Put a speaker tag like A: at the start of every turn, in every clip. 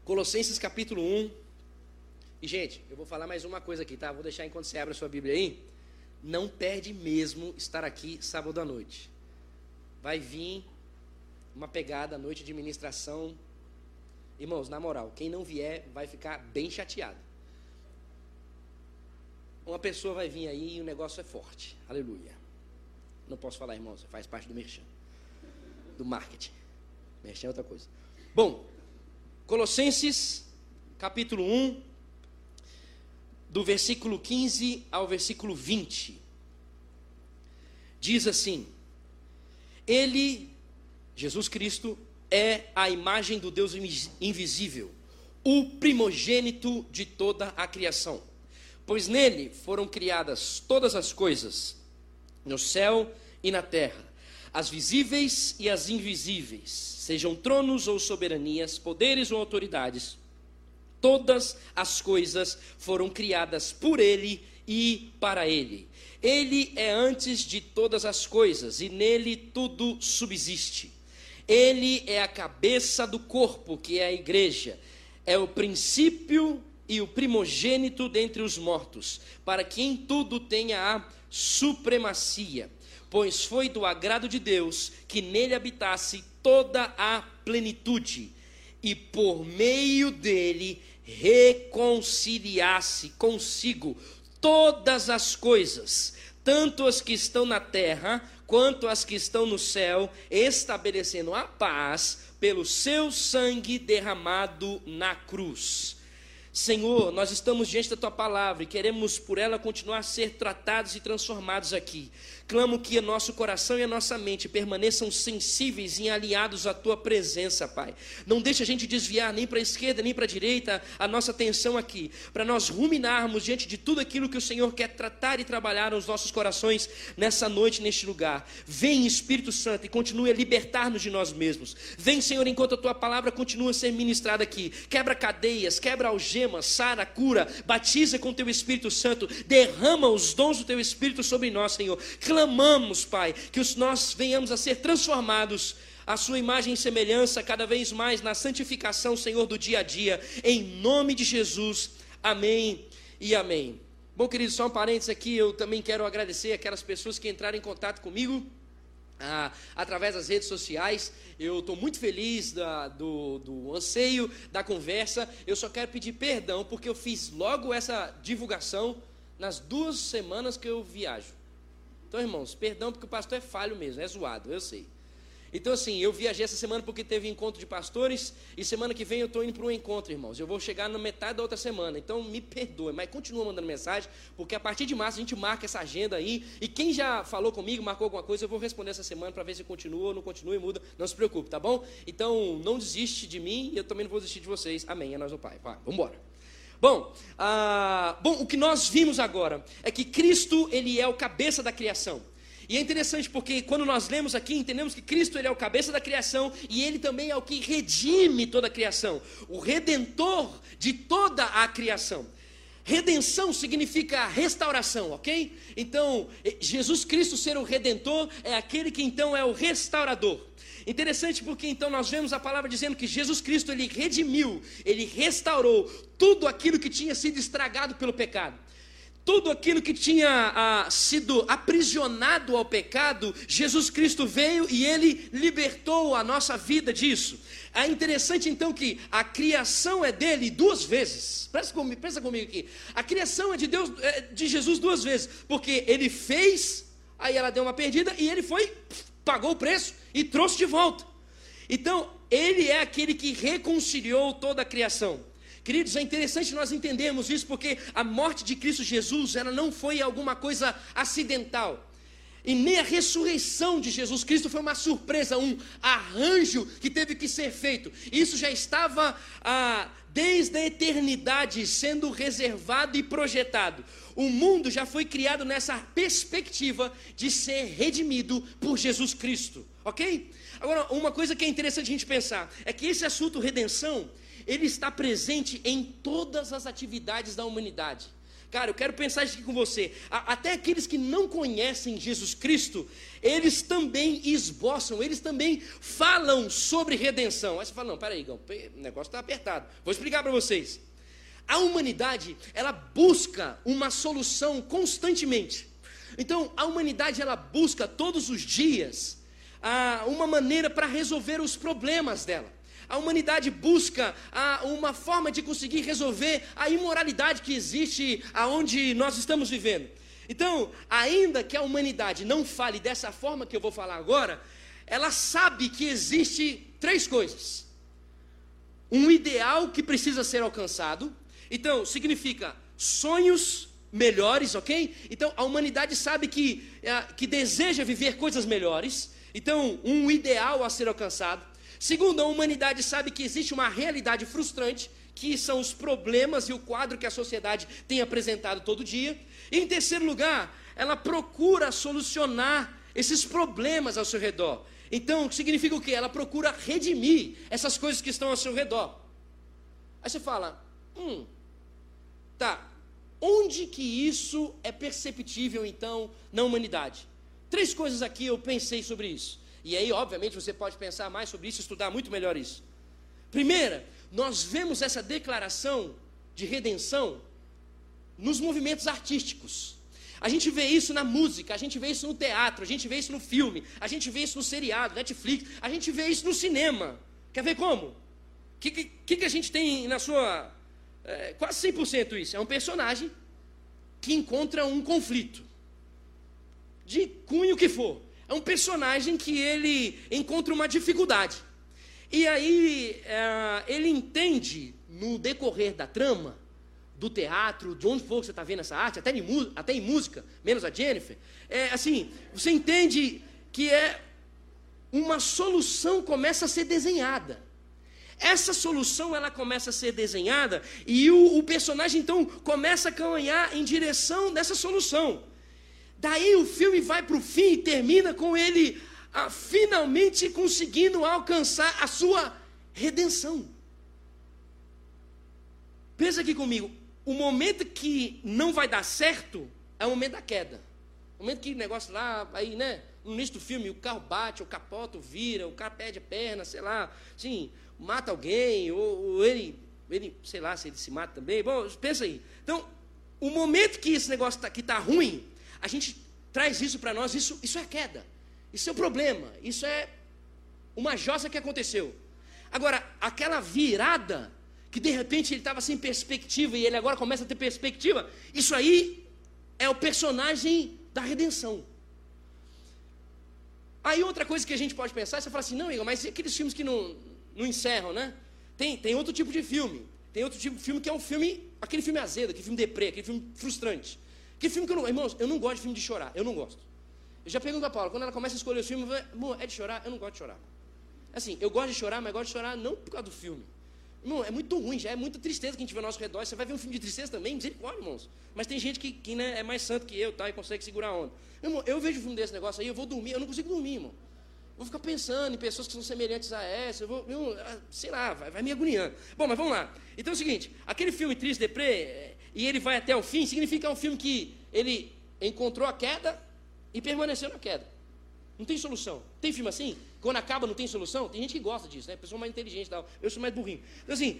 A: Colossenses capítulo 1. E, gente, eu vou falar mais uma coisa aqui, tá? Vou deixar enquanto você abre a sua Bíblia aí. Não perde mesmo estar aqui sábado à noite. Vai vir uma pegada à noite de ministração. Irmãos, na moral, quem não vier vai ficar bem chateado. Uma pessoa vai vir aí e o negócio é forte. Aleluia. Não posso falar, irmãos, faz parte do merchan, do marketing. Merchan é outra coisa. Bom, Colossenses capítulo 1, do versículo 15 ao versículo 20. Diz assim: Ele, Jesus Cristo, é a imagem do Deus invisível, o primogênito de toda a criação. Pois nele foram criadas todas as coisas, no céu e na terra, as visíveis e as invisíveis, sejam tronos ou soberanias, poderes ou autoridades. Todas as coisas foram criadas por ele e para ele. Ele é antes de todas as coisas e nele tudo subsiste. Ele é a cabeça do corpo, que é a igreja. É o princípio e o primogênito dentre os mortos, para que em tudo tenha a supremacia. Pois foi do agrado de Deus que nele habitasse toda a plenitude, e por meio dele reconciliasse consigo todas as coisas, tanto as que estão na terra quanto as que estão no céu, estabelecendo a paz pelo seu sangue derramado na cruz. Senhor, nós estamos diante da Tua palavra e queremos por ela continuar a ser tratados e transformados aqui. Clamo que o nosso coração e a nossa mente permaneçam sensíveis e alinhados à Tua presença, Pai. Não deixe a gente desviar nem para a esquerda nem para a direita a nossa atenção aqui, para nós ruminarmos diante de tudo aquilo que o Senhor quer tratar e trabalhar nos nossos corações nessa noite, neste lugar. Vem, Espírito Santo, e continue a libertar-nos de nós mesmos. Vem, Senhor, enquanto a Tua palavra continua a ser ministrada aqui. Quebra cadeias, quebra algemas, sara, cura, batiza com Teu Espírito Santo, derrama os dons do Teu Espírito sobre nós, Senhor. Clamamos, Pai, que nós venhamos a ser transformados à Sua imagem e semelhança cada vez mais na santificação, Senhor, do dia a dia, em nome de Jesus, amém e amém. Bom, queridos, só um parênteses aqui, eu também quero agradecer aquelas pessoas que entraram em contato comigo através das redes sociais. Eu estou muito feliz do anseio da conversa. Eu só quero pedir perdão porque eu fiz logo essa divulgação nas 2 semanas que eu viajo. Então, irmãos, perdão porque o pastor é falho mesmo, é zoado, eu sei. Então, assim, eu viajei essa semana porque teve encontro de pastores, e semana que vem eu estou indo para um encontro, irmãos. Eu vou chegar na metade da outra semana, então me perdoe, mas continua mandando mensagem, porque a partir de março a gente marca essa agenda aí, e quem já falou comigo, marcou alguma coisa, eu vou responder essa semana para ver se continua ou não continua e muda, não se preocupe, tá bom? Então, não desiste de mim, e eu também não vou desistir de vocês, amém, é nós o Pai, vai, vamos embora. Bom, o que nós vimos agora é que Cristo, Ele é o cabeça da criação. E é interessante porque quando nós lemos aqui, entendemos que Cristo, Ele é o cabeça da criação e Ele também é o que redime toda a criação, o redentor de toda a criação. Redenção significa restauração, ok? Então, Jesus Cristo ser o redentor é aquele que então é o restaurador. Interessante porque então nós vemos a palavra dizendo que Jesus Cristo, Ele redimiu, Ele restaurou tudo aquilo que tinha sido estragado pelo pecado. Tudo aquilo que tinha sido aprisionado ao pecado, Jesus Cristo veio e Ele libertou a nossa vida disso. É interessante então que a criação é dele 2 vezes. Pensa comigo aqui. A criação é de Deus, de Jesus 2 vezes, porque Ele fez, aí ela deu uma perdida e Ele foi, pagou o preço e trouxe de volta. Então, Ele é aquele que reconciliou toda a criação. Queridos, é interessante nós entendermos isso, porque a morte de Cristo Jesus, ela não foi alguma coisa acidental. E nem a ressurreição de Jesus Cristo foi uma surpresa, um arranjo que teve que ser feito. Isso já estava desde a eternidade sendo reservado e projetado. O mundo já foi criado nessa perspectiva de ser redimido por Jesus Cristo, ok? Agora, uma coisa que é interessante a gente pensar, é que esse assunto redenção, ele está presente em todas as atividades da humanidade. Cara, eu quero pensar isso aqui com você. Até aqueles que não conhecem Jesus Cristo, eles também esboçam, eles também falam sobre redenção. Aí você fala, não, peraí, Igão, o negócio está apertado. Vou explicar para vocês. A humanidade, ela busca uma solução constantemente. Então, a humanidade, ela busca todos os dias uma maneira para resolver os problemas dela. A humanidade busca uma forma de conseguir resolver a imoralidade que existe aonde nós estamos vivendo. Então, ainda que a humanidade não fale dessa forma que eu vou falar agora, ela sabe que existe 3 coisas. Um ideal que precisa ser alcançado. Então, significa sonhos melhores, ok? Então, a humanidade sabe que deseja viver coisas melhores. Então, um ideal a ser alcançado. Segundo, a humanidade sabe que existe uma realidade frustrante, que são os problemas e o quadro que a sociedade tem apresentado todo dia. E em terceiro lugar, ela procura solucionar esses problemas ao seu redor. Então, significa o quê? Ela procura redimir essas coisas que estão ao seu redor. Aí você fala, tá, onde que isso é perceptível então na humanidade? 3 coisas aqui eu pensei sobre isso. E aí, obviamente, você pode pensar mais sobre isso, estudar muito melhor isso. Primeira, nós vemos essa declaração de redenção nos movimentos artísticos. A gente vê isso na música, a gente vê isso no teatro, a gente vê isso no filme, a gente vê isso no seriado, Netflix, a gente vê isso no cinema. Quer ver como? O que a gente tem na sua... quase 100% isso. É um personagem que encontra um conflito, de cunho que for. É um personagem que ele encontra uma dificuldade. E aí ele entende, no decorrer da trama, do teatro, de onde for que você está vendo essa arte, até em música, menos a Jennifer, assim, você entende que uma solução começa a ser desenhada. Essa solução, ela começa a ser desenhada e o personagem, então, começa a caminhar em direção dessa solução. Daí o filme vai para o fim e termina com ele finalmente conseguindo alcançar a sua redenção. Pensa aqui comigo, o momento que não vai dar certo é o momento da queda. O momento que o negócio lá, aí, né, no início do filme, o carro bate, o capota, vira, o cara perde a perna, sei lá, assim, mata alguém, ou ele, sei lá, se ele se mata também. Bom, pensa aí. Então, o momento que esse negócio que está ruim, a gente traz isso para nós, isso é queda, isso é o problema, isso é uma jossa que aconteceu. Agora, aquela virada, que de repente ele estava sem perspectiva e ele agora começa a ter perspectiva, isso aí é o personagem da redenção. Aí outra coisa que a gente pode pensar, você fala assim, não, Igor, mas e aqueles filmes que não encerram, né? Tem outro tipo de filme, tem outro tipo de filme que é um filme, aquele filme azedo, aquele filme deprê, aquele filme frustrante. Que filme que irmãos, eu não gosto de filme de chorar, eu não gosto. Eu já pergunto a Paula, quando ela começa a escolher os filmes, eu falo, amor, é de chorar? Eu não gosto de chorar. Assim, eu gosto de chorar, mas gosto de chorar não por causa do filme. Irmão, é muito ruim, já é muita tristeza que a gente vê ao nosso redor. Você vai ver um filme de tristeza também, misericórdia, irmãos. Mas tem gente que né, é mais santo que eu, tá, e consegue segurar a onda. Irmão, eu vejo um filme desse negócio aí, eu vou dormir, eu não consigo dormir, irmão. Vou ficar pensando em pessoas que são semelhantes a essa, sei lá, vai me agoniando. Bom, mas vamos lá. Então é o seguinte, aquele filme triste, deprê, e ele vai até o fim, significa que é um filme que ele encontrou a queda e permaneceu na queda. Não tem solução. Tem filme assim? Quando acaba não tem solução? Tem gente que gosta disso, né? Pessoa mais inteligente e tal. Eu sou mais burrinho. Então assim,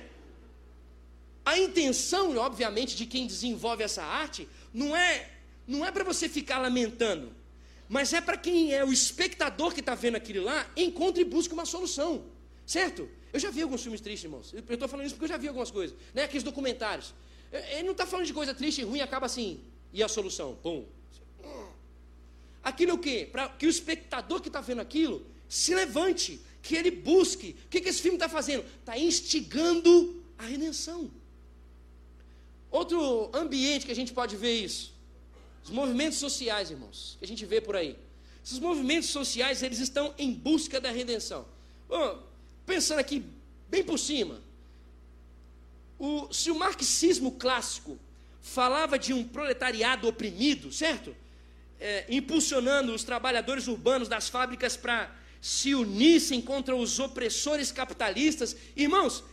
A: a intenção, obviamente, de quem desenvolve essa arte, não é para você ficar lamentando, mas é para quem é o espectador que está vendo aquilo lá, encontre e busque uma solução. Certo? Eu já vi alguns filmes tristes, irmãos. Eu estou falando isso porque eu já vi algumas coisas. Né? Aqueles documentários. Ele não está falando de coisa triste e ruim, acaba assim. E a solução? Pum. Aquilo é o quê? Para que o espectador que está vendo aquilo se levante, que ele busque. O que esse filme está fazendo? Está instigando a redenção. Outro ambiente que a gente pode ver isso, os movimentos sociais, irmãos, que a gente vê por aí. Esses movimentos sociais, eles estão em busca da redenção. Bom, pensando aqui bem por cima, se o marxismo clássico falava de um proletariado oprimido, certo? Impulsionando os trabalhadores urbanos das fábricas para se unissem contra os opressores capitalistas. Irmãos,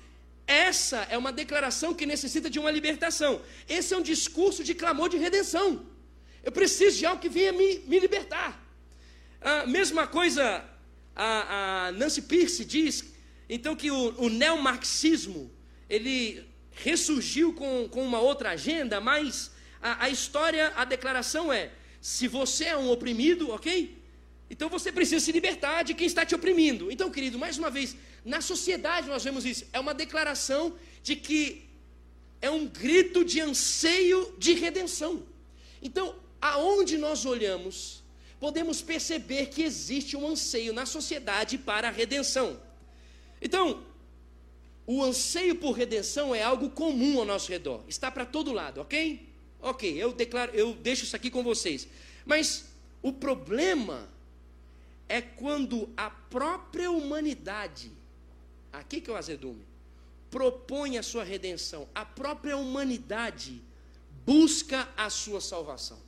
A: essa é uma declaração que necessita de uma libertação. Esse é um discurso de clamor de redenção. Eu preciso de algo que venha me libertar. A mesma coisa, a Nancy Pierce diz, então, que o neomarxismo, ele ressurgiu com uma outra agenda, mas a história, a declaração é, se você é um oprimido, ok? Então você precisa se libertar de quem está te oprimindo. Então, querido, mais uma vez, na sociedade nós vemos isso. É uma declaração de que é um grito de anseio de redenção. Então, aonde nós olhamos, podemos perceber que existe um anseio na sociedade para a redenção. Então, o anseio por redenção é algo comum ao nosso redor. Está para todo lado, ok? Ok, eu deixo isso aqui com vocês. Mas o problema é quando a própria humanidade, aqui que é o azedume, propõe a sua redenção. A própria humanidade busca a sua salvação.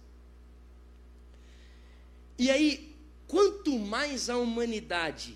A: E aí, quanto mais a humanidade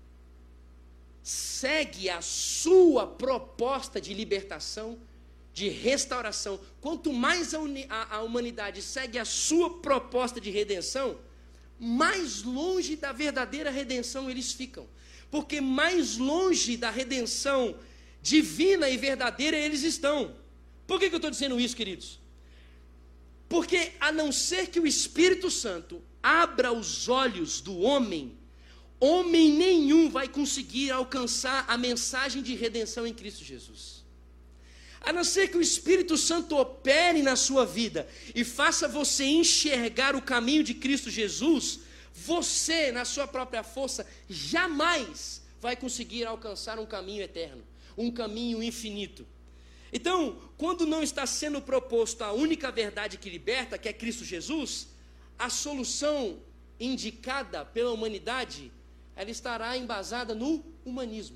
A: segue a sua proposta de libertação, de restauração, quanto mais a humanidade segue a sua proposta de redenção, mais longe da verdadeira redenção eles ficam. Porque mais longe da redenção divina e verdadeira eles estão. Por que eu estou dizendo isso, queridos? Porque a não ser que o Espírito Santo abra os olhos do homem, homem nenhum vai conseguir alcançar a mensagem de redenção em Cristo Jesus. A não ser que o Espírito Santo opere na sua vida e faça você enxergar o caminho de Cristo Jesus, você, na sua própria força, jamais vai conseguir alcançar um caminho eterno, um caminho infinito. Então, quando não está sendo proposto a única verdade que liberta, que é Cristo Jesus, a solução indicada pela humanidade, ela estará embasada no humanismo.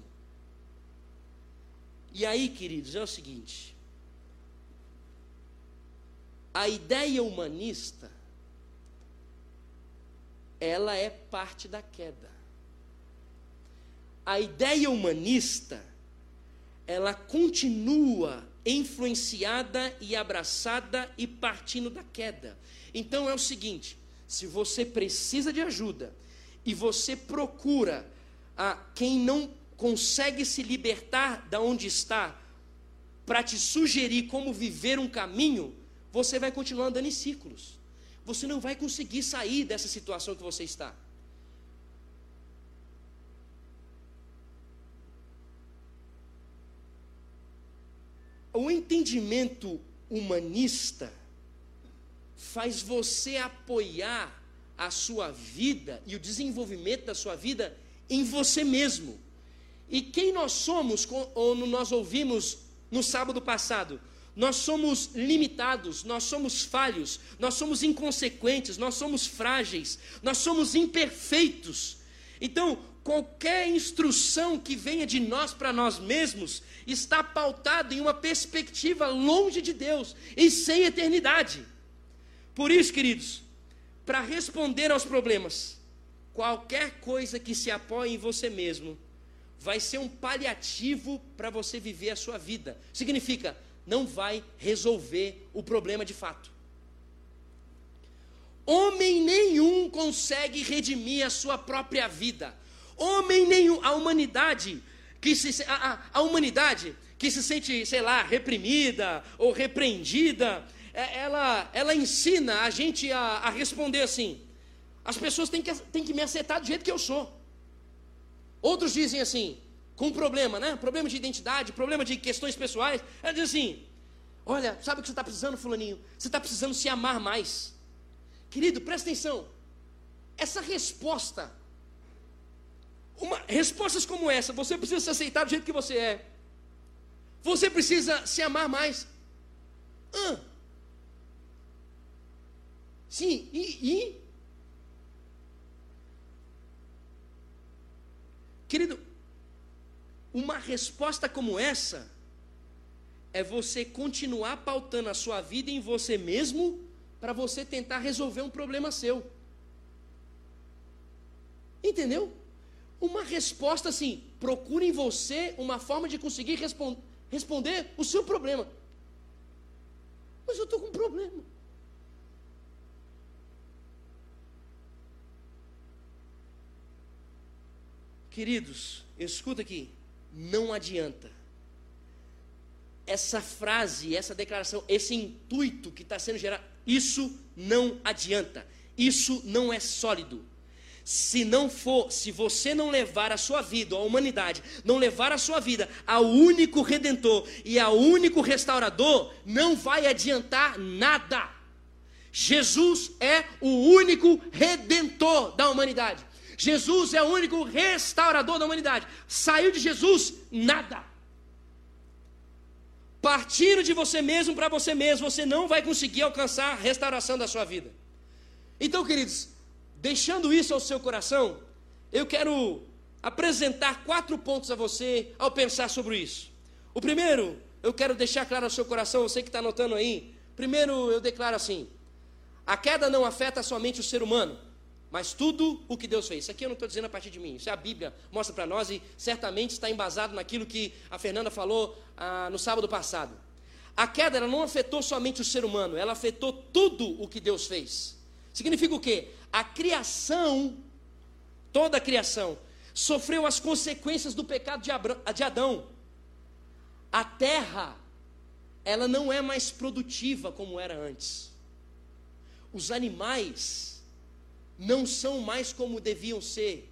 A: E aí, queridos, é o seguinte: a ideia humanista, ela é parte da queda. A ideia humanista, ela continua influenciada e abraçada e partindo da queda. Então é o seguinte: se você precisa de ajuda e você procura quem não consegue se libertar da onde está para te sugerir como viver um caminho, você vai continuar andando em círculos. Você não vai conseguir sair dessa situação que você está. O entendimento humanista faz você apoiar a sua vida e o desenvolvimento da sua vida em você mesmo. E quem nós somos, como nós ouvimos no sábado passado, nós somos limitados, nós somos falhos, nós somos inconsequentes, nós somos frágeis, nós somos imperfeitos. Então, qualquer instrução que venha de nós para nós mesmos está pautado em uma perspectiva longe de Deus e sem eternidade. Por isso, queridos, para responder aos problemas, qualquer coisa que se apoie em você mesmo vai ser um paliativo para você viver a sua vida. Significa, não vai resolver o problema de fato. Homem nenhum consegue redimir a sua própria vida. Homem nenhum, a humanidade que se sente, sei lá, reprimida ou repreendida, ela ensina a gente a responder assim: as pessoas têm que me aceitar do jeito que eu sou. Outros dizem assim, com problema, né? Problema de identidade, problema de questões pessoais. Ela diz assim: olha, sabe o que você está precisando, fulaninho? Você está precisando se amar mais. Querido, presta atenção. Essa resposta, respostas como essa, você precisa se aceitar do jeito que você é. Você precisa se amar mais. Sim, Querido, uma resposta como essa é você continuar pautando a sua vida em você mesmo para você tentar resolver um problema seu. Entendeu? Uma resposta assim: procure em você uma forma de conseguir responder o seu problema. Mas eu estou com um problema. Queridos, escuta aqui, não adianta. Essa frase, essa declaração, esse intuito que está sendo gerado, isso não adianta. Isso não é sólido. Se você não levar a sua vida, a humanidade, não levar a sua vida ao único Redentor e ao único Restaurador, não vai adiantar nada. Jesus é o único Redentor da humanidade. Jesus é o único Restaurador da humanidade. Saiu de Jesus, nada. Partindo de você mesmo para você mesmo, você não vai conseguir alcançar a restauração da sua vida. Então, queridos, deixando isso ao seu coração, eu quero apresentar 4 pontos a você ao pensar sobre isso. O primeiro, eu quero deixar claro ao seu coração, você que está anotando aí. Primeiro, eu declaro assim: a queda não afeta somente o ser humano, mas tudo o que Deus fez. Isso aqui eu não estou dizendo a partir de mim, isso é a Bíblia, mostra para nós e certamente está embasado naquilo que a Fernanda falou no sábado passado. A queda ela não afetou somente o ser humano, ela afetou tudo o que Deus fez. Significa o quê? A criação, toda a criação, sofreu as consequências do pecado de Adão. A terra, ela não é mais produtiva como era antes. Os animais não são mais como deviam ser.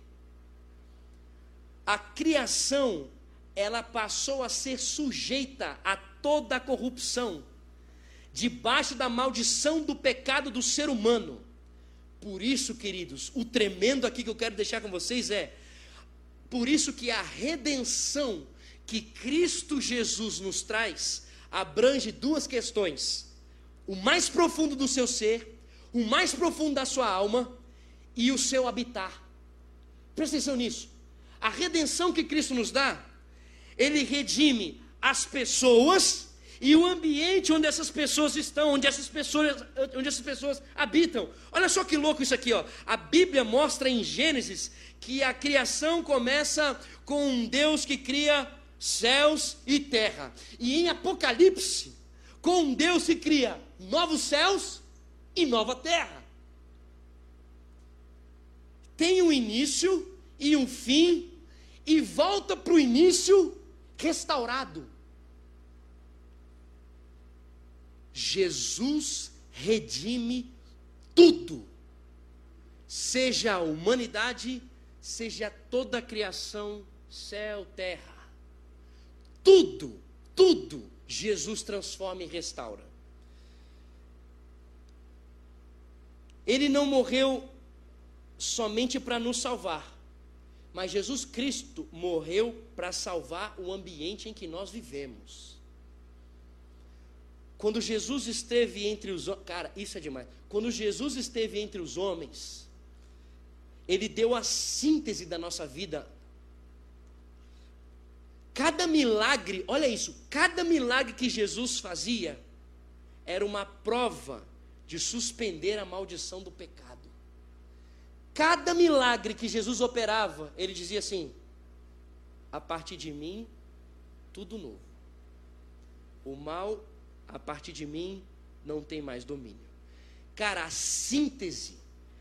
A: A criação, ela passou a ser sujeita a toda a corrupção, debaixo da maldição do pecado do ser humano. Por isso, queridos, o tremendo aqui que eu quero deixar com vocês é, por isso que a redenção que Cristo Jesus nos traz, abrange 2 questões: o mais profundo do seu ser, o mais profundo da sua alma e o seu habitar. Presta atenção nisso. A redenção que Cristo nos dá, Ele redime as pessoas e o ambiente onde essas pessoas estão, onde essas pessoas habitam. Olha só que louco isso aqui, ó. A Bíblia mostra em Gênesis que a criação começa com um Deus que cria céus e terra. E em Apocalipse, com um Deus que cria novos céus e nova terra. Tem um início e um fim, e volta para o início restaurado. Jesus redime tudo, seja a humanidade, seja toda a criação, céu, terra. Tudo, tudo Jesus transforma e restaura. Ele não morreu somente para nos salvar, mas Jesus Cristo morreu para salvar o ambiente em que nós vivemos. Quando Jesus esteve entre os homens, cara, isso é demais. Quando Jesus esteve entre os homens, Ele deu a síntese da nossa vida. Cada milagre, olha isso, cada milagre que Jesus fazia, era uma prova de suspender a maldição do pecado. Cada milagre que Jesus operava, Ele dizia assim: a partir de mim, tudo novo. O mal, a partir de mim, não tem mais domínio. Cara, a síntese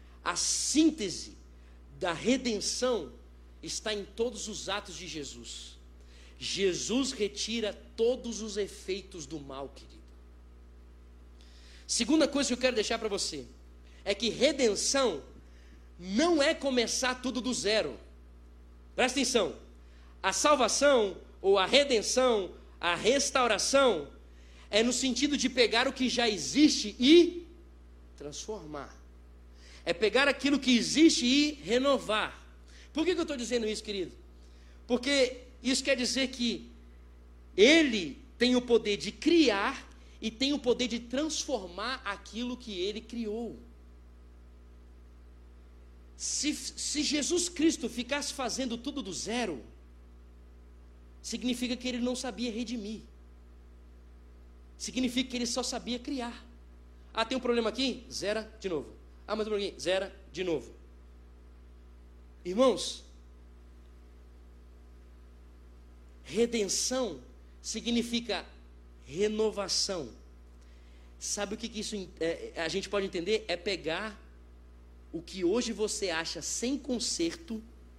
A: da redenção está em todos os atos de Jesus. Jesus retira todos os efeitos do mal, querido. Segunda coisa que eu quero deixar para você é que redenção não é começar tudo do zero. Presta atenção. A salvação ou a redenção, a restauração, é no sentido de pegar o que já existe e transformar. É pegar aquilo que existe e renovar. Por que eu estou dizendo isso, querido? Porque isso quer dizer que Ele tem o poder de criar e tem o poder de transformar aquilo que Ele criou. Se Jesus Cristo ficasse fazendo tudo do zero, significa que Ele não sabia redimir. Significa que Ele só sabia criar. Ah, tem um problema aqui? Zera de novo. Ah, mais um problema aqui? Zera de novo. Irmãos, redenção significa renovação. Sabe o que isso a gente pode entender? É pegar o que hoje você acha sem conserto,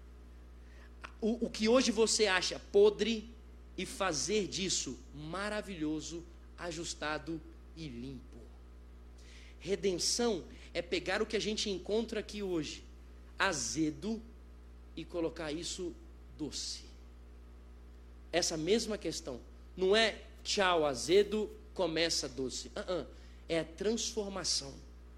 A: o que hoje você acha podre, e fazer disso maravilhoso, ajustado e limpo. Redenção é pegar o que a gente encontra aqui hoje, azedo, e colocar isso doce. Essa mesma questão. Não é tchau azedo, começa doce. É a transformação.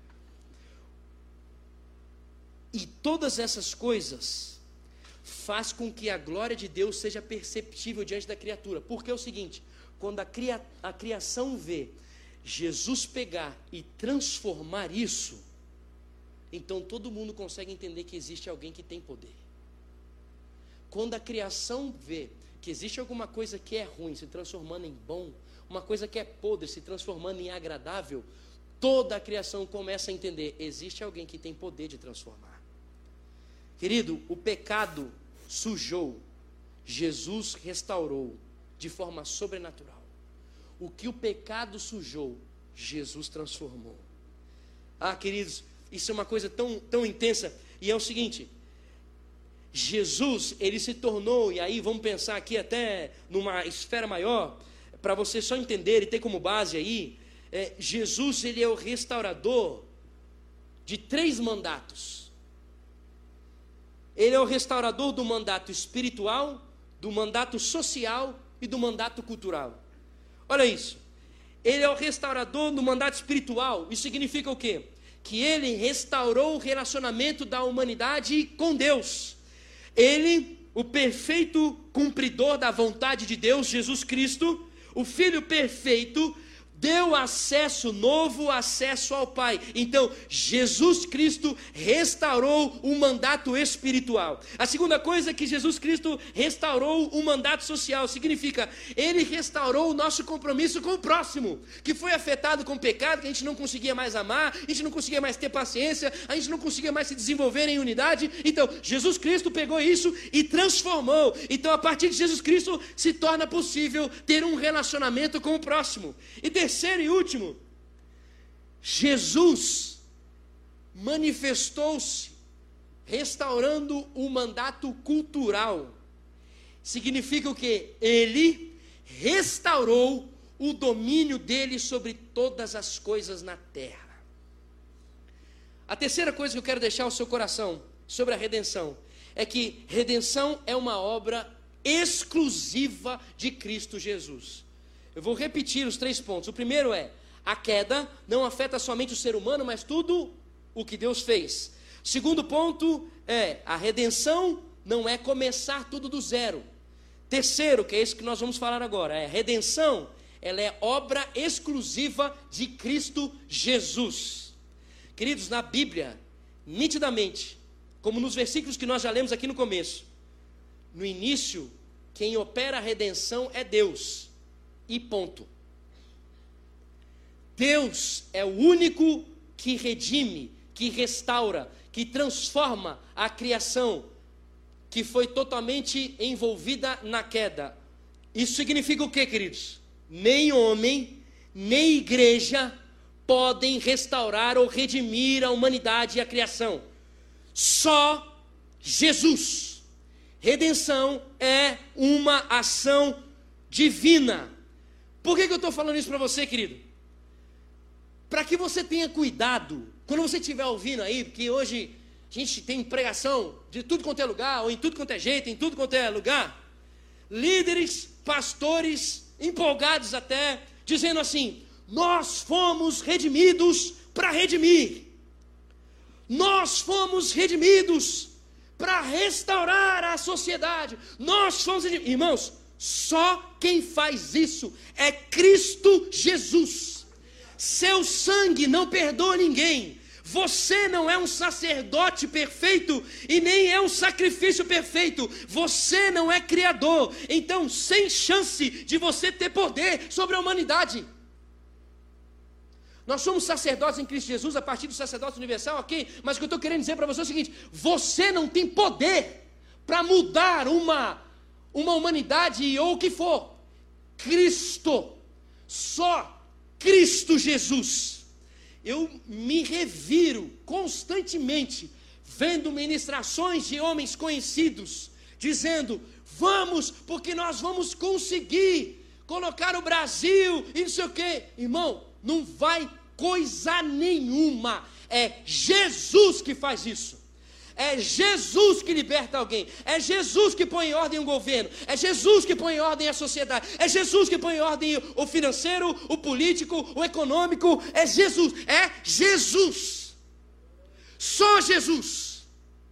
A: E todas essas coisas faz com que a glória de Deus seja perceptível diante da criatura. Porque é o seguinte, quando a criação vê Jesus pegar e transformar isso, então todo mundo consegue entender que existe alguém que tem poder. Quando a criação vê que existe alguma coisa que é ruim se transformando em bom, uma coisa que é podre se transformando em agradável, toda a criação começa a entender, existe alguém que tem poder de transformar. Querido, o pecado sujou, Jesus restaurou de forma sobrenatural. O que o pecado sujou, Jesus transformou. Queridos, isso é uma coisa tão intensa, e é o seguinte, Jesus, ele se tornou, e aí vamos pensar aqui até numa esfera maior, para você só entender e ter como base aí, Jesus, ele é o restaurador de 3 mandatos. Ele é o restaurador do mandato espiritual, do mandato social e do mandato cultural. Olha isso. Ele é o restaurador do mandato espiritual. Isso significa o quê? Que ele restaurou o relacionamento da humanidade com Deus. Ele, o perfeito cumpridor da vontade de Deus, Jesus Cristo, o Filho perfeito, deu novo acesso ao Pai. Então, Jesus Cristo restaurou o mandato espiritual. A segunda coisa é que Jesus Cristo restaurou o mandato social. Significa, ele restaurou o nosso compromisso com o próximo, que foi afetado com o pecado, que a gente não conseguia mais amar, a gente não conseguia mais ter paciência, a gente não conseguia mais se desenvolver em unidade. Então, Jesus Cristo pegou isso e transformou. Então, a partir de Jesus Cristo, se torna possível ter um relacionamento com o próximo. E terceiro e último, Jesus manifestou-se restaurando o mandato cultural. Significa o quê? Ele restaurou o domínio dele sobre todas as coisas na terra. A terceira coisa que eu quero deixar ao seu coração sobre a redenção é que redenção é uma obra exclusiva de Cristo Jesus. Eu vou repetir os 3 pontos. O primeiro é, a queda não afeta somente o ser humano, mas tudo o que Deus fez. O segundo ponto é, a redenção não é começar tudo do zero. Terceiro, que é isso que nós vamos falar agora, a redenção, ela é obra exclusiva de Cristo Jesus. Queridos, na Bíblia, nitidamente, como nos versículos que nós já lemos aqui no começo, no início, quem opera a redenção é Deus. E ponto. Deus é o único que redime, que restaura, que transforma a criação que foi totalmente envolvida na queda. Isso significa o que, queridos? Nem homem, nem igreja podem restaurar ou redimir a humanidade e a criação. Só Jesus. Redenção é uma ação divina. Por que eu estou falando isso para você, querido? Para que você tenha cuidado, quando você estiver ouvindo aí, porque hoje a gente tem pregação de tudo quanto é lugar, ou em tudo quanto é jeito, em tudo quanto é lugar, líderes, pastores, empolgados até, dizendo assim, nós fomos redimidos para redimir, nós fomos redimidos para restaurar a sociedade, nós fomos redimidos. Irmãos, só quem faz isso é Cristo Jesus. Seu sangue não perdoa ninguém. Você não é um sacerdote perfeito e nem é um sacrifício perfeito. Você não é criador. Então, sem chance de você ter poder sobre a humanidade. Nós somos sacerdotes em Cristo Jesus a partir do sacerdócio universal, ok? Mas o que eu estou querendo dizer para você é o seguinte: você não tem poder para mudar uma humanidade ou o que for. Cristo, só Cristo Jesus. Eu me reviro constantemente vendo ministrações de homens conhecidos dizendo: vamos, porque nós vamos conseguir colocar o Brasil e não sei o quê. Irmão, não vai coisa nenhuma. É Jesus que faz isso. É Jesus que liberta alguém. É Jesus que põe em ordem um governo. É Jesus que põe em ordem a sociedade. É Jesus que põe em ordem o financeiro, o político, o econômico. É Jesus. É Jesus. Só Jesus.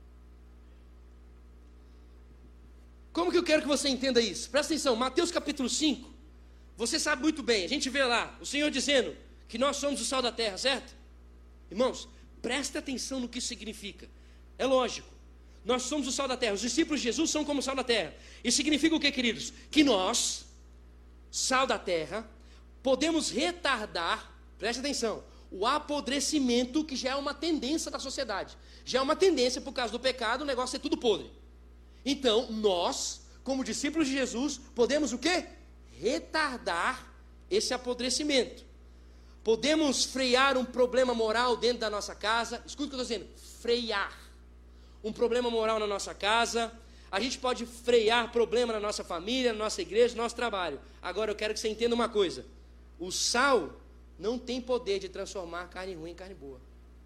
A: Como que eu quero que você entenda isso? Presta atenção, Mateus capítulo 5. Você sabe muito bem, a gente vê lá o Senhor dizendo que nós somos o sal da terra, certo? Irmãos, presta atenção no que isso significa. É lógico, nós somos o sal da terra. Os discípulos de Jesus são como o sal da terra. Isso significa o que, queridos? Que nós, sal da terra, podemos retardar, presta atenção, o apodrecimento, que já é uma tendência da sociedade. Já é uma tendência, por causa do pecado, o negócio é tudo podre. Então, nós, como discípulos de Jesus, podemos o quê? Retardar esse apodrecimento. Podemos frear um problema moral dentro da nossa casa. Escuta o que eu estou dizendo, frear um problema moral na nossa casa. A gente pode frear problema na nossa família, na nossa igreja, no nosso trabalho. Agora eu quero que você entenda uma coisa: o sal não tem poder de transformar carne ruim em carne boa.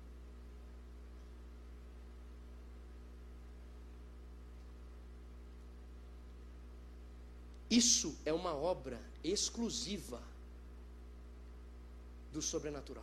A: Isso é uma obra exclusiva do sobrenatural.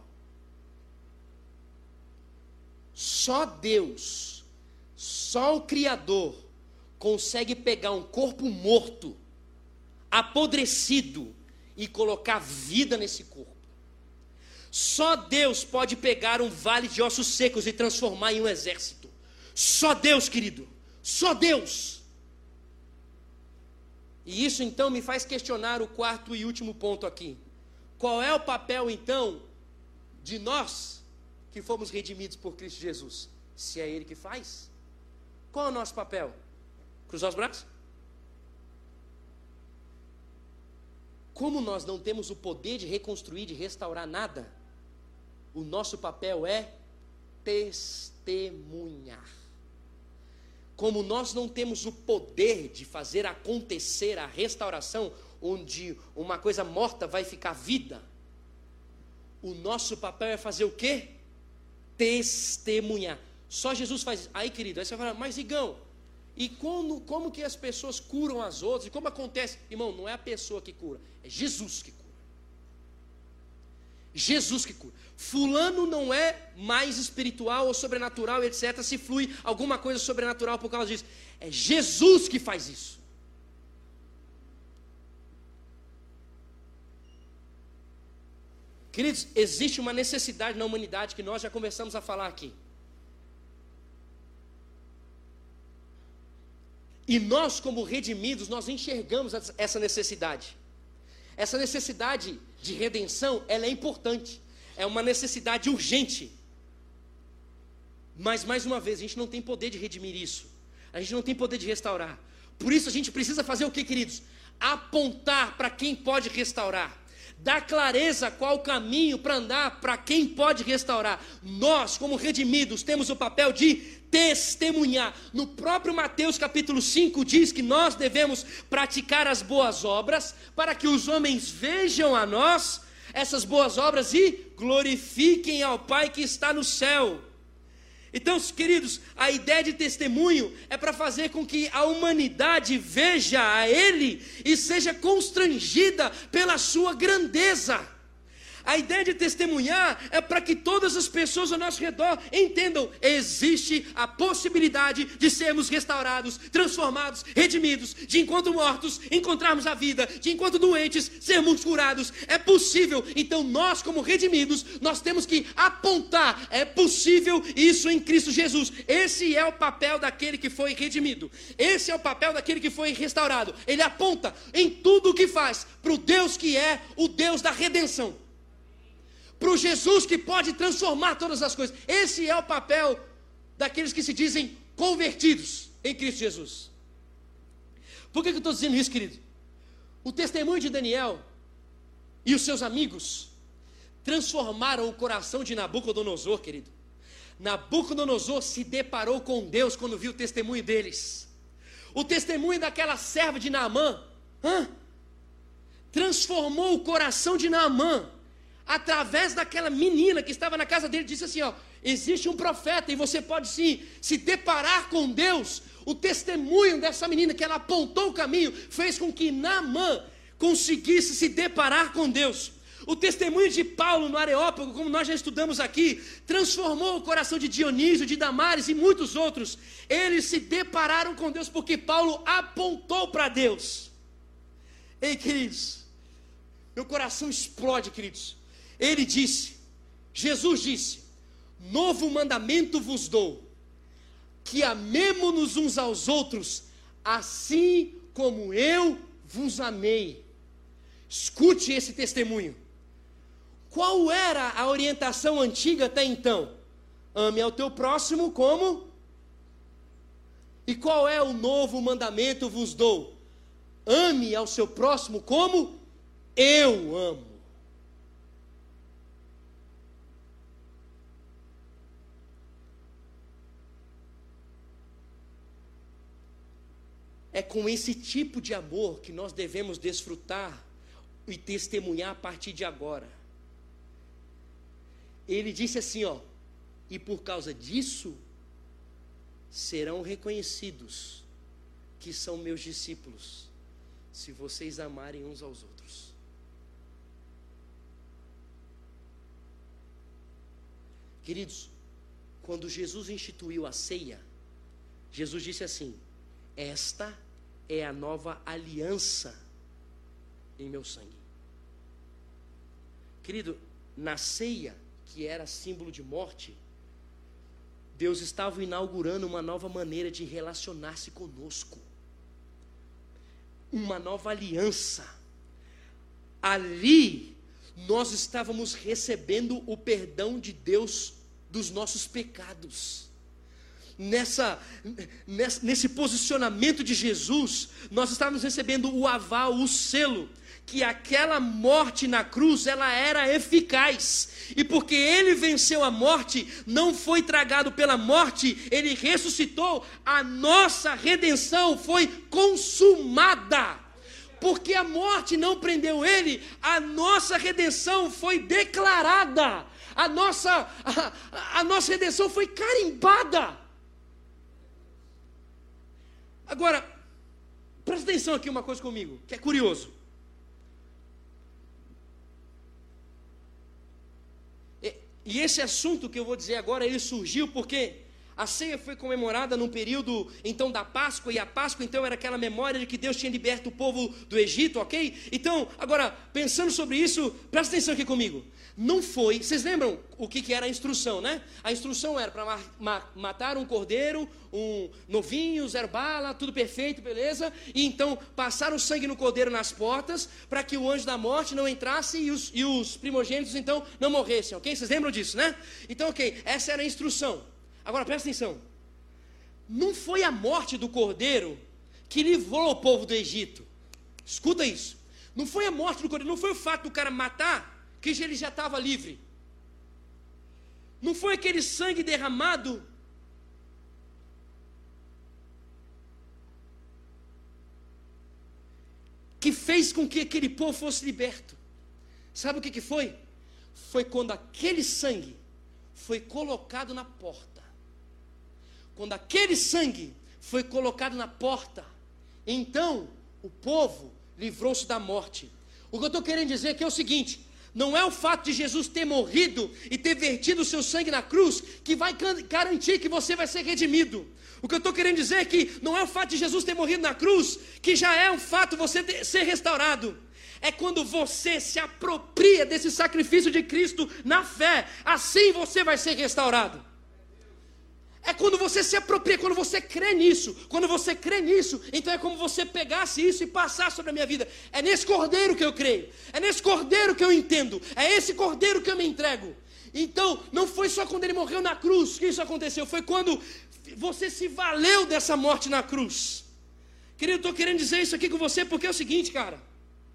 A: Só Deus, só o Criador consegue pegar um corpo morto, apodrecido, e colocar vida nesse corpo. Só Deus pode pegar um vale de ossos secos e transformar em um exército. Só Deus, querido, só Deus. E isso então me faz questionar o quarto e último ponto aqui. Qual é o papel então de nós que fomos redimidos por Cristo Jesus? Se é Ele que faz, qual é o nosso papel? Cruzar os braços? Como nós não temos o poder de reconstruir, de restaurar nada, o nosso papel é testemunhar. Como nós não temos o poder de fazer acontecer a restauração, onde uma coisa morta vai ficar vida, o nosso papel é fazer o quê? Testemunhar. Só Jesus faz isso. Aí, querido, aí você vai falar: mas Igão, e como que as pessoas curam as outras? E como acontece? Irmão, não é a pessoa que cura, é Jesus que cura. Jesus que cura. Fulano não é mais espiritual ou sobrenatural, etc. Se flui alguma coisa sobrenatural por causa disso. É Jesus que faz isso. Queridos, existe uma necessidade na humanidade que nós já começamos a falar aqui. E nós, como redimidos, nós enxergamos essa necessidade. Essa necessidade de redenção, ela é importante. É uma necessidade urgente. Mas, mais uma vez, a gente não tem poder de redimir isso. A gente não tem poder de restaurar. Por isso a gente precisa fazer o que, queridos? Apontar para quem pode restaurar. Dar clareza qual o caminho para andar para quem pode restaurar. Nós, como redimidos, temos o papel de testemunhar. No próprio Mateus capítulo 5 diz que nós devemos praticar as boas obras para que os homens vejam a nós essas boas obras e glorifiquem ao Pai que está no céu. Então, queridos, a ideia de testemunho é para fazer com que a humanidade veja a Ele e seja constrangida pela sua grandeza. A ideia de testemunhar é para que todas as pessoas ao nosso redor entendam: existe a possibilidade de sermos restaurados, transformados, redimidos, de enquanto mortos, encontrarmos a vida, de enquanto doentes, sermos curados. É possível. Então nós, como redimidos, nós temos que apontar: é possível isso em Cristo Jesus. Esse é o papel daquele que foi redimido. Esse é o papel daquele que foi restaurado. Ele aponta em tudo o que faz para o Deus que é o Deus da redenção, para o Jesus que pode transformar todas as coisas. Esse é o papel daqueles que se dizem convertidos em Cristo Jesus. Por que eu estou dizendo isso, querido? O testemunho de Daniel e os seus amigos transformaram o coração de Nabucodonosor, querido. Nabucodonosor se deparou com Deus quando viu o testemunho deles. O testemunho daquela serva de Naamã transformou o coração de Naamã, através daquela menina que estava na casa dele. Disse assim, existe um profeta e você pode sim se deparar com Deus. O testemunho dessa menina, que ela apontou o caminho, fez com que Naamã conseguisse se deparar com Deus. O testemunho de Paulo no Areópago, como nós já estudamos aqui, transformou o coração de Dionísio, de Damares e muitos outros. Eles se depararam com Deus porque Paulo apontou para Deus. Ei, queridos, meu coração explode, queridos. Ele disse, Jesus disse, novo mandamento vos dou, que amemo-nos uns aos outros, assim como eu vos amei. Escute esse testemunho. Qual era a orientação antiga até então? Ame ao teu próximo como? E qual é o novo mandamento vos dou? Ame ao seu próximo como eu amo. É com esse tipo de amor que nós devemos desfrutar e testemunhar a partir de agora. Ele disse assim, e por causa disso, serão reconhecidos que são meus discípulos, se vocês amarem uns aos outros. Queridos, quando Jesus instituiu a ceia, Jesus disse assim, esta é a nova aliança em meu sangue. Querido, na ceia, que era símbolo de morte, Deus estava inaugurando uma nova maneira de relacionar-se conosco. Uma nova aliança. Ali, nós estávamos recebendo o perdão de Deus dos nossos pecados. Nesse posicionamento de Jesus, nós estávamos recebendo o aval, o selo, que aquela morte na cruz, ela era eficaz, e porque ele venceu a morte, não foi tragado pela morte, ele ressuscitou, a nossa redenção foi consumada. Porque a morte não prendeu ele, a nossa redenção foi declarada, a nossa redenção foi carimbada. Agora, presta atenção aqui uma coisa comigo, que é curioso. E esse assunto que eu vou dizer agora, ele surgiu porque a ceia foi comemorada no período, então, da Páscoa, e a Páscoa, então, era aquela memória de que Deus tinha liberto o povo do Egito, ok? Então, agora, pensando sobre isso, presta atenção aqui comigo. Não foi, vocês lembram o que era a instrução, né? A instrução era para matar um cordeiro, um novinho, 0 bala, tudo perfeito, beleza? E então, passar o sangue no cordeiro nas portas, para que o anjo da morte não entrasse e os primogênitos, então, não morressem, ok? Vocês lembram disso, né? Então, ok, essa era a instrução. Agora, presta atenção. Não foi a morte do cordeiro que livrou o povo do Egito. Escuta isso. Não foi a morte do cordeiro, não foi o fato do cara matar, que ele já estava livre. Não foi aquele sangue derramado que fez com que aquele povo fosse liberto. Sabe o que foi? Foi quando aquele sangue foi colocado na porta. Quando aquele sangue foi colocado na porta, então o povo livrou-se da morte. O que eu estou querendo dizer aqui é o seguinte: não é o fato de Jesus ter morrido e ter vertido o seu sangue na cruz que vai garantir que você vai ser redimido. O que eu estou querendo dizer é que não é o fato de Jesus ter morrido na cruz que já é um fato você ser restaurado. É quando você se apropria desse sacrifício de Cristo na fé, assim você vai ser restaurado. É quando você se apropria, quando você crê nisso. Quando você crê nisso, então é como você pegasse isso e passasse sobre a minha vida. É nesse cordeiro que eu creio. É nesse cordeiro que eu entendo. É esse cordeiro que eu me entrego. Então, não foi só quando ele morreu na cruz que isso aconteceu. Foi quando você se valeu dessa morte na cruz. Querido, eu estou querendo dizer isso aqui com você porque é o seguinte, cara.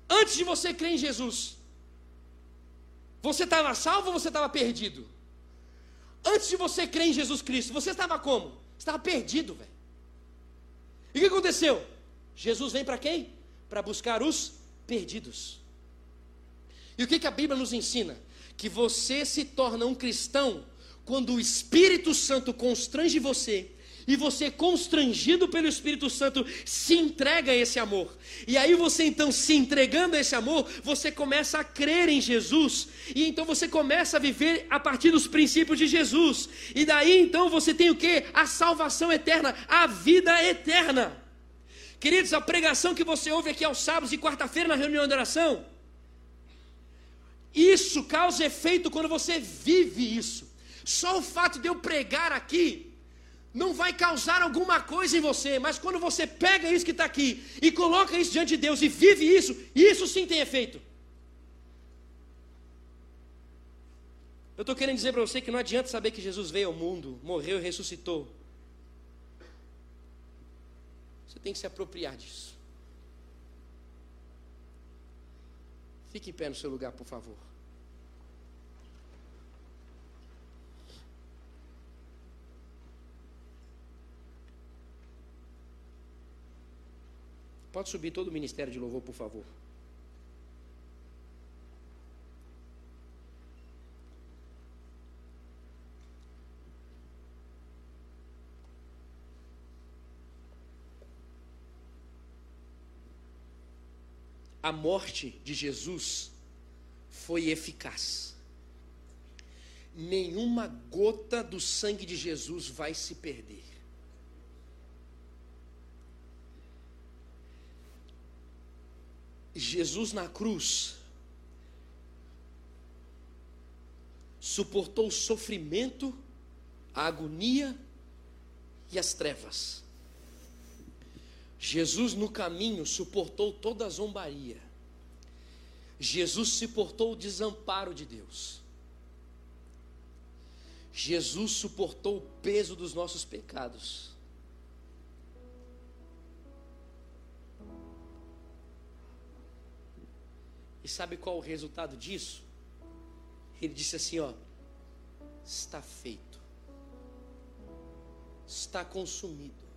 A: Antes de você crer em Jesus, você estava salvo ou você estava perdido? Antes de você crer em Jesus Cristo, você estava como? Você estava perdido, velho. E o que aconteceu? Jesus vem para quem? Para buscar os perdidos. E o que a Bíblia nos ensina? Que você se torna um cristão quando o Espírito Santo constrange você, e você, constrangido pelo Espírito Santo, se entrega a esse amor. E aí você então, se entregando a esse amor, você começa a crer em Jesus. E então você começa a viver a partir dos princípios de Jesus. E daí então você tem o quê? A salvação eterna, a vida eterna. Queridos, a pregação que você ouve aqui aos sábados e quarta-feira na reunião de oração, isso causa efeito quando você vive isso. Só o fato de eu pregar aqui não vai causar alguma coisa em você, mas quando você pega isso que está aqui e coloca isso diante de Deus e vive isso, isso sim tem efeito. Eu estou querendo dizer para você que não adianta saber que Jesus veio ao mundo, morreu e ressuscitou. Você tem que se apropriar disso. Fique em pé no seu lugar, por favor. Pode subir todo o ministério de louvor, por favor. A morte de Jesus foi eficaz. Nenhuma gota do sangue de Jesus vai se perder. Jesus na cruz suportou o sofrimento, a agonia e as trevas. Jesus no caminho suportou toda a zombaria. Jesus suportou o desamparo de Deus. Jesus suportou o peso dos nossos pecados. E sabe qual o resultado disso? Ele disse assim, ó: está feito, está consumido.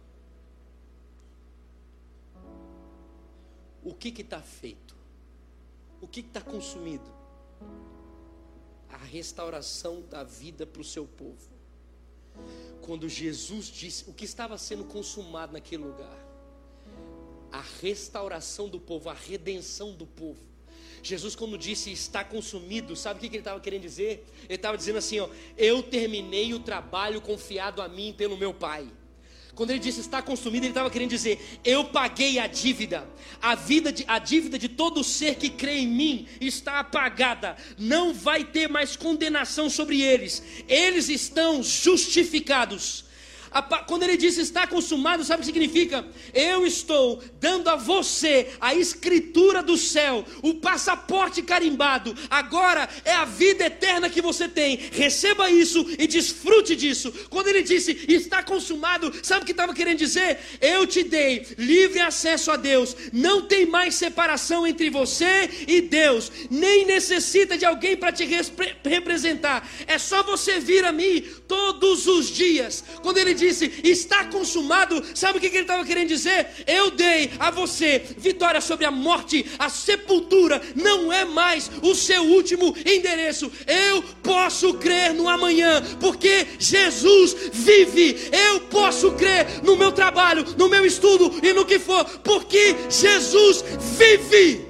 A: O que está feito? O que está consumido? A restauração da vida para o seu povo. Quando Jesus disse o que estava sendo consumado naquele lugar, a restauração do povo, a redenção do povo. Jesus, quando disse está consumido, sabe o que ele estava querendo dizer? Ele estava dizendo assim, ó: eu terminei o trabalho confiado a mim pelo meu Pai. Quando ele disse está consumido, ele estava querendo dizer: eu paguei a dívida. A dívida de todo ser que crê em mim está apagada. Não vai ter mais condenação sobre eles. Eles estão justificados. Quando ele diz está consumado, sabe o que significa? Eu estou dando a você a escritura do céu, o passaporte carimbado. Agora é a vida eterna que você tem. Receba isso e desfrute disso. Quando ele disse está consumado, sabe o que estava querendo dizer? Eu te dei livre acesso a Deus. Não tem mais separação entre você e Deus. Nem necessita de alguém para te representar. É só você vir a mim todos os dias. Quando ele disse está consumado, sabe o que ele estava querendo dizer? Eu dei a você vitória sobre a morte. A sepultura não é mais o seu último endereço. Eu posso crer no amanhã, porque Jesus vive. Eu posso crer no meu trabalho, no meu estudo e no que for, porque Jesus vive.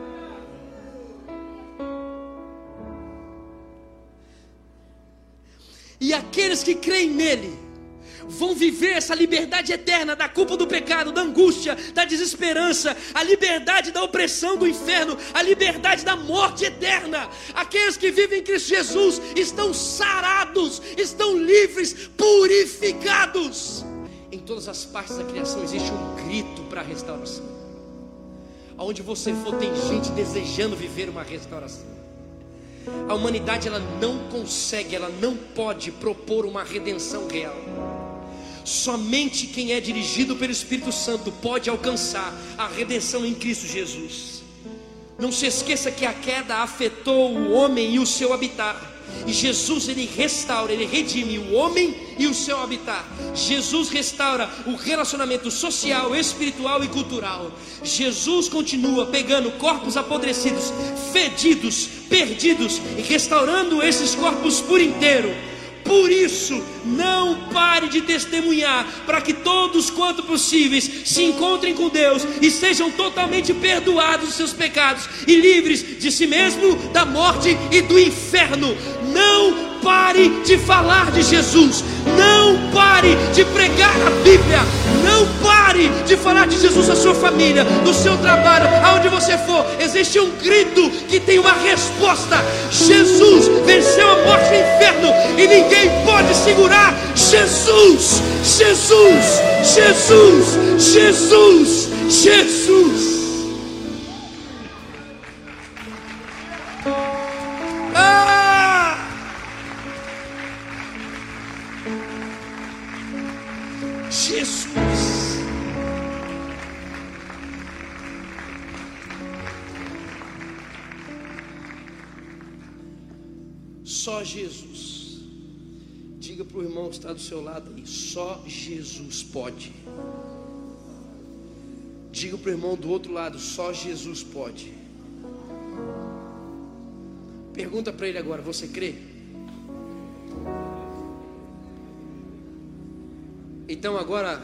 A: E aqueles que creem nele vão viver essa liberdade eterna da culpa do pecado, da angústia, da desesperança, a liberdade da opressão do inferno, a liberdade da morte eterna. Aqueles que vivem em Cristo Jesus estão sarados, estão livres, purificados. Em todas as partes da criação existe um grito para a restauração. Aonde você for tem gente desejando viver uma restauração. A humanidade ela não consegue, ela não pode propor uma redenção real. Somente quem é dirigido pelo Espírito Santo pode alcançar a redenção em Cristo Jesus. Não se esqueça que a queda afetou o homem e o seu habitat. E Jesus, ele restaura, ele redime o homem e o seu habitat. Jesus restaura o relacionamento social, espiritual e cultural. Jesus continua pegando corpos apodrecidos, fedidos, perdidos, e restaurando esses corpos por inteiro. Por isso, não pare de testemunhar, para que todos quanto possíveis se encontrem com Deus e sejam totalmente perdoados dos seus pecados e livres de si mesmo, da morte e do inferno. Não pare de falar de Jesus, não pare de pregar a Bíblia, não pare de falar de Jesus à sua família, no seu trabalho, aonde você for. Existe um grito que tem uma resposta: Jesus venceu a morte e o inferno, e ninguém pode segurar. Jesus, Jesus, Jesus, Jesus, Jesus. Jesus. Só Jesus. Diga para o irmão que está do seu lado aí: só Jesus pode. Diga para o irmão do outro lado: só Jesus pode. Pergunta para ele agora: você crê? Então agora,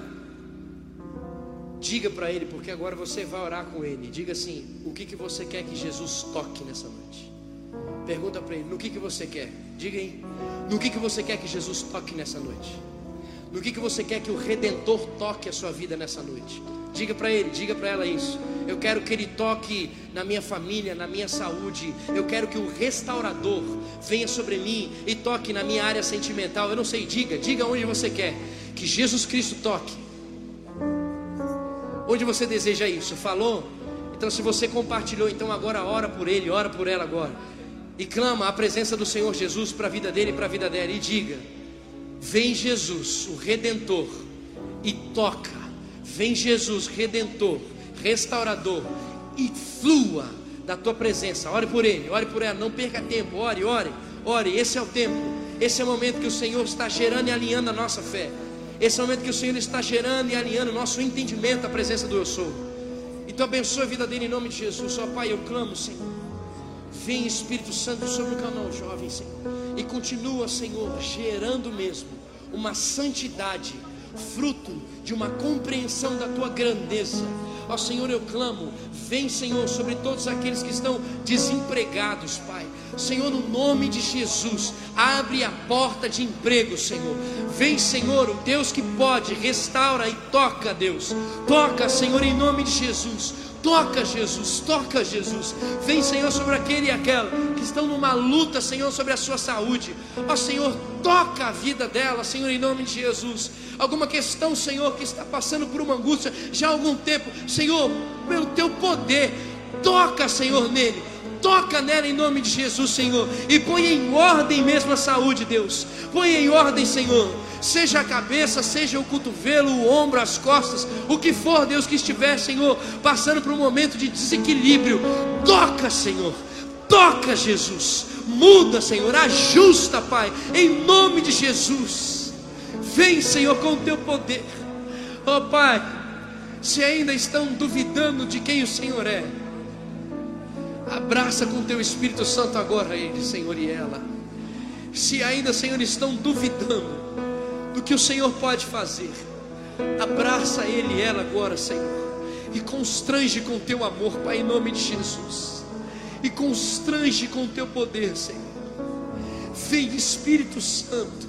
A: diga para ele, porque agora você vai orar com ele. Diga assim: o que você quer que Jesus toque nessa noite? Pergunta para ele: no que você quer? Diga aí, no que você quer que Jesus toque nessa noite? No que você quer que o Redentor toque a sua vida nessa noite? Diga para ele, diga para ela isso. Eu quero que ele toque na minha família, na minha saúde. Eu quero que o restaurador venha sobre mim e toque na minha área sentimental. Eu não sei, diga onde você quer que Jesus Cristo toque. Onde você deseja isso? Falou? Então se você compartilhou, então agora ora por ele, ora por ela agora. E clama a presença do Senhor Jesus para a vida dele e para a vida dela. E diga: vem Jesus, o Redentor, e toca. Vem Jesus, Redentor, Restaurador, e flua da tua presença. Ore por ele, ore por ela, não perca tempo. Ore, ore, ore. Esse é o tempo, esse é o momento que o Senhor está gerando e alinhando a nossa fé. Esse é o momento que o Senhor está gerando e alinhando o nosso entendimento à presença do Eu Sou. Então abençoa a vida dele em nome de Jesus. Ó Pai, eu clamo, Senhor, vem Espírito Santo sobre o canal jovem, Senhor, e continua, Senhor, gerando mesmo uma santidade, fruto de uma compreensão da tua grandeza. Ó Senhor, eu clamo, vem, Senhor, sobre todos aqueles que estão desempregados, Pai. Senhor, no nome de Jesus, abre a porta de emprego, Senhor. Vem, Senhor, o Deus que pode, restaura e toca, Deus. Toca, Senhor, em nome de Jesus. Toca, Jesus, toca, Jesus. Vem, Senhor, sobre aquele e aquela que estão numa luta, Senhor, sobre a sua saúde. Ó Senhor, toca a vida dela, Senhor, em nome de Jesus. Alguma questão, Senhor, que está passando por uma angústia já há algum tempo, Senhor, pelo teu poder, toca, Senhor, nele. Toca nela em nome de Jesus, Senhor, e põe em ordem mesmo a saúde, Deus. Põe em ordem, Senhor, seja a cabeça, seja o cotovelo, o ombro, as costas, o que for, Deus, que estiver, Senhor, passando por um momento de desequilíbrio. Toca, Senhor, toca, Jesus. Muda, Senhor, ajusta, Pai, em nome de Jesus. Vem, Senhor, com o teu poder. Ó Pai, se ainda estão duvidando de quem o Senhor é, abraça com teu Espírito Santo agora ele, Senhor, e ela. Se ainda, Senhor, estão duvidando do que o Senhor pode fazer, abraça ele e ela agora, Senhor, e constrange com teu amor, Pai, em nome de Jesus. E constrange com teu poder, Senhor. Vem, Espírito Santo,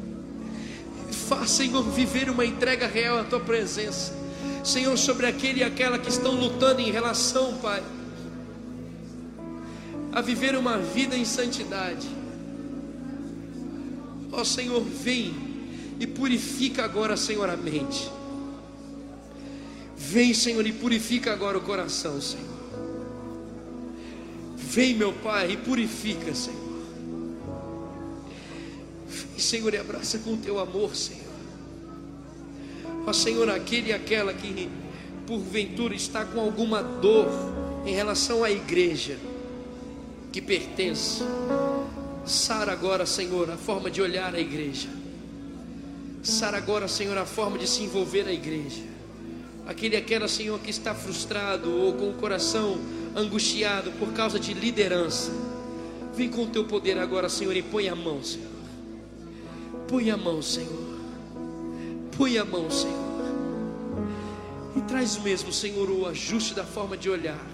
A: faz, Senhor, viver uma entrega real à tua presença, Senhor, sobre aquele e aquela que estão lutando em relação, Pai, a viver uma vida em santidade. Ó Senhor, vem e purifica agora, Senhor, a mente. Vem, Senhor, e purifica agora o coração, Senhor. Vem, meu Pai, e purifica, Senhor. Vem, Senhor, e abraça com o teu amor, Senhor. Ó Senhor, aquele e aquela que porventura está com alguma dor em relação à igreja que pertence. Sara agora, Senhor, a forma de olhar a igreja. Sara agora, Senhor, a forma de se envolver na igreja. Aquela, Senhor, que está frustrado ou com o coração angustiado por causa de liderança. Vem com o teu poder agora, Senhor, e põe a mão, Senhor. Põe a mão, Senhor. Põe a mão, Senhor. E traz mesmo, Senhor, o ajuste da forma de olhar.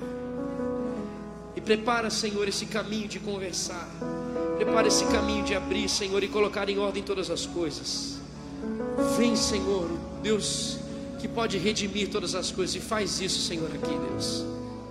A: E prepara, Senhor, esse caminho de conversar. Prepara esse caminho de abrir, Senhor, e colocar em ordem todas as coisas. Vem, Senhor, Deus que pode redimir todas as coisas. E faz isso, Senhor, aqui, Deus.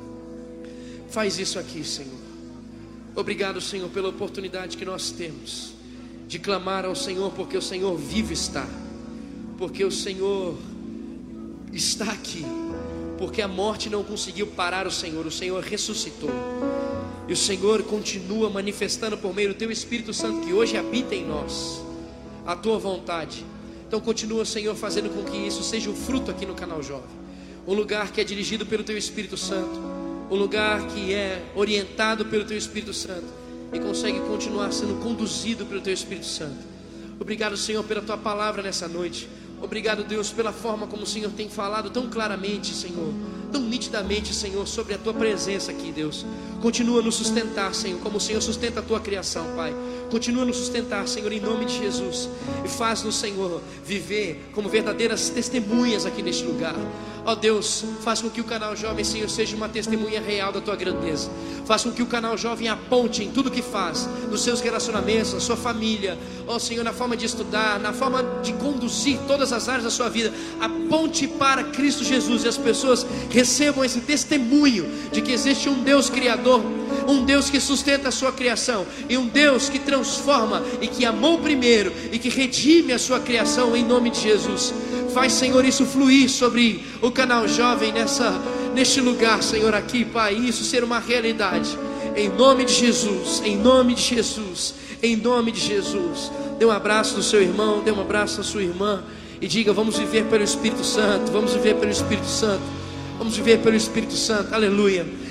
A: Faz isso aqui, Senhor. Obrigado, Senhor, pela oportunidade que nós temos de clamar ao Senhor, porque o Senhor vivo está. Porque o Senhor está aqui. Porque a morte não conseguiu parar o Senhor ressuscitou. E o Senhor continua manifestando por meio do teu Espírito Santo, que hoje habita em nós, a tua vontade. Então continua, Senhor, fazendo com que isso seja o fruto aqui no Canal Jovem. Um lugar que é dirigido pelo teu Espírito Santo, um lugar que é orientado pelo teu Espírito Santo e consegue continuar sendo conduzido pelo teu Espírito Santo. Obrigado, Senhor, pela tua palavra nessa noite. Obrigado, Deus, pela forma como o Senhor tem falado tão claramente, Senhor, tão nitidamente, Senhor, sobre a tua presença aqui, Deus. Continua a nos sustentar, Senhor, como o Senhor sustenta a tua criação, Pai. Continua a nos sustentar, Senhor, em nome de Jesus. E faz-nos, Senhor, viver como verdadeiras testemunhas aqui neste lugar. Ó Deus, faz com que o Canal Jovem, Senhor, seja uma testemunha real da tua grandeza. Faz com que o Canal Jovem aponte em tudo que faz, nos seus relacionamentos, na sua família, ó Senhor, na forma de estudar, na forma de conduzir todas as áreas da sua vida. Aponte para Cristo Jesus, e as pessoas recebam esse testemunho de que existe um Deus criador, um Deus que sustenta a sua criação, e um Deus que transforma e que amou primeiro e que redime a sua criação, em nome de Jesus. Faz, Senhor, isso fluir sobre o Canal Jovem neste lugar, Senhor, aqui, Pai, isso ser uma realidade, em nome de Jesus, em nome de Jesus, em nome de Jesus. Dê um abraço no seu irmão, dê um abraço na sua irmã e diga: vamos viver pelo Espírito Santo, vamos viver pelo Espírito Santo, vamos viver pelo Espírito Santo, aleluia.